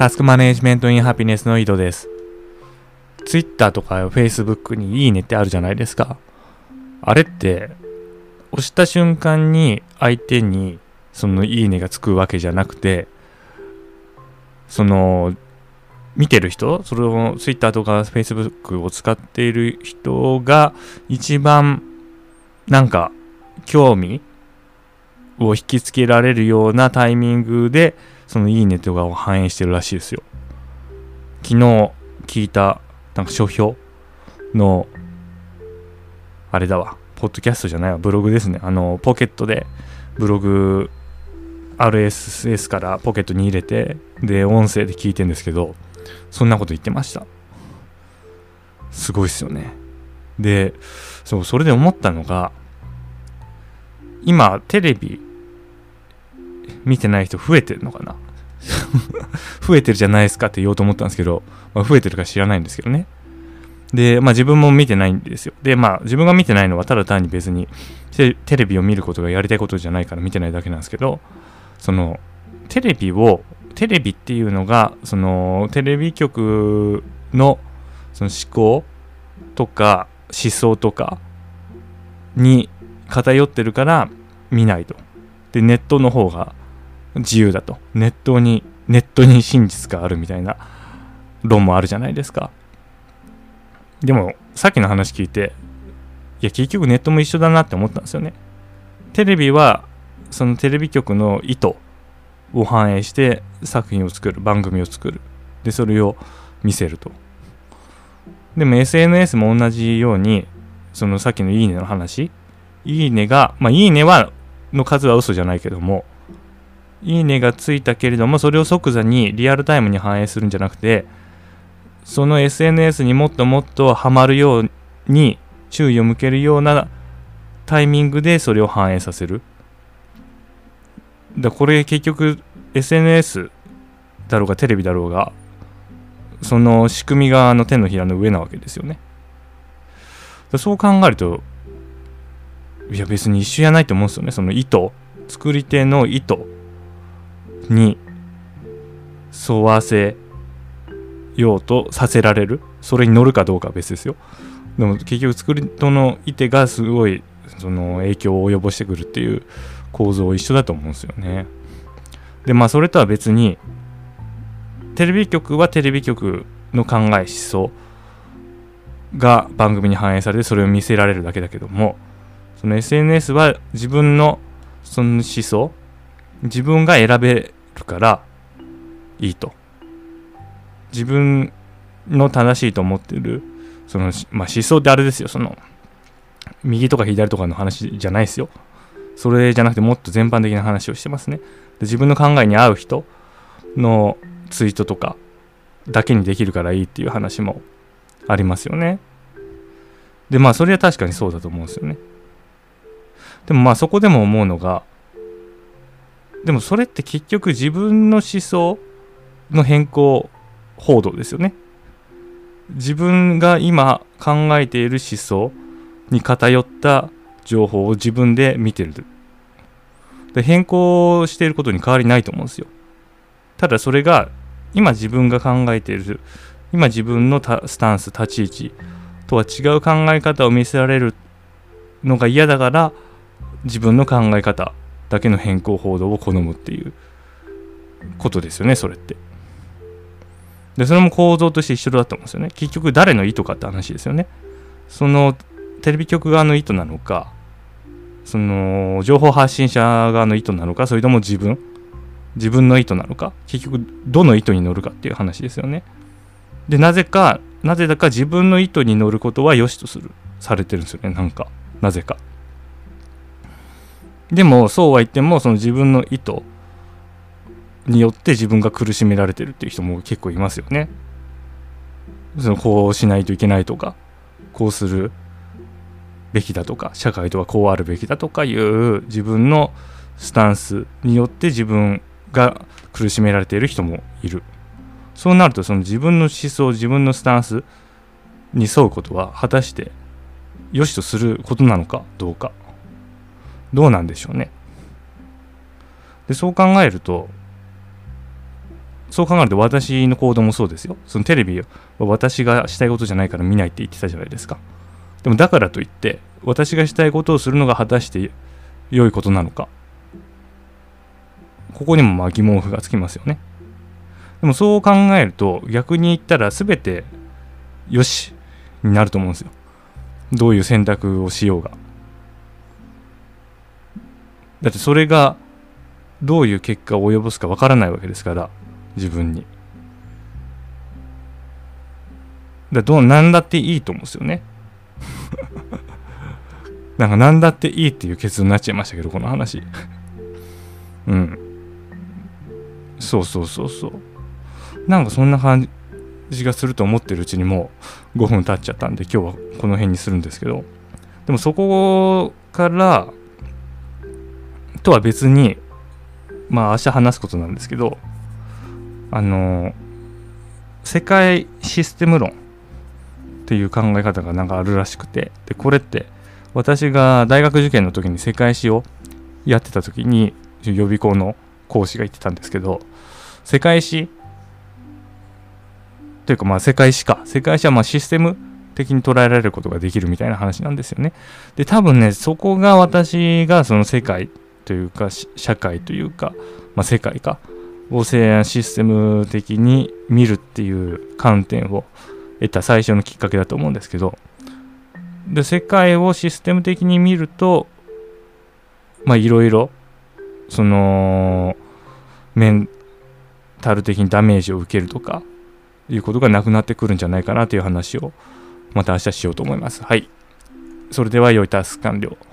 タスクマネジメントインハピネスの井戸です。Twitter とか Facebook にいいねってあるじゃないですか。あれって押した瞬間に相手にそのいいねがつくわけじゃなくて、その見てる人、それを Twitter とか Facebook を使っている人が一番なんか興味を引きつけられるようなタイミングでそのいいねとかを反映してるらしいですよ。昨日聞いたなんか書評のあれだわ、ポッドキャストじゃないわ、ブログですね。ポケットでブログ RSS からポケットに入れて、で音声で聞いてんですけど、そんなこと言ってました。すごいっすよね。で、それで思ったのが、今テレビ見てない人増えてるのかな増えてるじゃないですかって言おうと思ったんですけど、増えてるか知らないんですけどね。で、自分も見てないんですよ。で、自分が見てないのはただ単に別にテレビを見ることがやりたいことじゃないから見てないだけなんですけど、そのテレビっていうのがそのテレビ局のその思考とか思想とかに偏ってるから見ないと。で、ネットの方が自由だと。ネットに真実があるみたいな論もあるじゃないですか。でもさっきの話聞いて、いや結局ネットも一緒だなって思ったんですよね。テレビはそのテレビ局の意図を反映して作品を作る、番組を作る。でそれを見せると。でも SNS も同じように、そのさっきのいいねの話、いいねがいいねの数は嘘じゃないけども、いいねがついたけれども、それを即座にリアルタイムに反映するんじゃなくて、その SNS にもっともっとハマるように注意を向けるようなタイミングでそれを反映させる。これ結局 SNS だろうがテレビだろうが、その仕組みが手のひらの上なわけですよね。そう考えると、いや別に一緒じゃないと思うんですよね。その意図、作り手の意図に沿わせようとさせられる、それに乗るかどうかは別ですよ。でも結局作り手の意図がすごいその影響を及ぼしてくるっていう構造一緒だと思うんですよね。でそれとは別に、テレビ局はテレビ局の考え思想が番組に反映されて、それを見せられるだけだけども、その SNS は自分のその思想、自分が選べるからいいと。自分の正しいと思ってるその、思想ってあれですよ、その右とか左とかの話じゃないですよ。それじゃなくてもっと全般的な話をしてますね。で、自分の考えに合う人のツイートとかだけにできるからいいっていう話もありますよね。でそれは確かにそうだと思うんですよね。でもそこでも思うのが、でもそれって結局自分の思想の変更報道ですよね。自分が今考えている思想に偏った情報を自分で見てる。で、変更していることに変わりないと思うんですよ。ただそれが今自分が考えている、今自分のスタンス、立ち位置とは違う考え方を見せられるのが嫌だから、自分の考え方だけの変更報道を好むっていうことですよね、それって。でそれも構造として一緒だと思うんですよね。結局誰の意図かって話ですよね。そのテレビ局側の意図なのか、その情報発信者側の意図なのか、それとも自分の意図なのか、結局どの意図に乗るかっていう話ですよね。でなぜだか自分の意図に乗ることは良しとされてるんですよね。なぜか。でもそうは言っても、その自分の意図によって自分が苦しめられてるっていう人も結構いますよね。こうしないといけないとか、こうするべきだとか、社会とはこうあるべきだとかいう自分のスタンスによって自分が苦しめられている人もいる。そうなると、その自分の思想、自分のスタンスに沿うことは果たして良しとすることなのかどうか、どうなんでしょうね。でそう考えると、 そう考えると私の行動もそうですよ。そのテレビは私がしたいことじゃないから見ないって言ってたじゃないですか。でもだからといって私がしたいことをするのが果たして良いことなのか、ここにも疑問符がつきますよね。でもそう考えると逆に言ったら全てよしになると思うんですよ。どういう選択をしようが。だってそれがどういう結果を及ぼすかわからないわけですから、自分に。何だっていいと思うんですよね。なんか何だっていいっていう結論になっちゃいましたけど、この話。うん。そう。なんかそんな感じがすると思ってるうちにもう5分経っちゃったんで、今日はこの辺にするんですけど、でもそこからとは別に、まあ明日話すことなんですけど、世界システム論っていう考え方がなんかあるらしくて、でこれって私が大学受験の時に世界史をやってた時に予備校の講師が言ってたんですけど、世界史というか世界史はシステム的に捉えられることができるみたいな話なんですよね。で多分ね、そこが私がその世界というか社会というか、世界かをシステム的に見るっていう観点を得た最初のきっかけだと思うんですけど、で世界をシステム的に見るといろいろそのメンタル的にダメージを受けるとかいうことがなくなってくるんじゃないかなという話をまた明日しようと思います。はい、それでは良いタスク完了。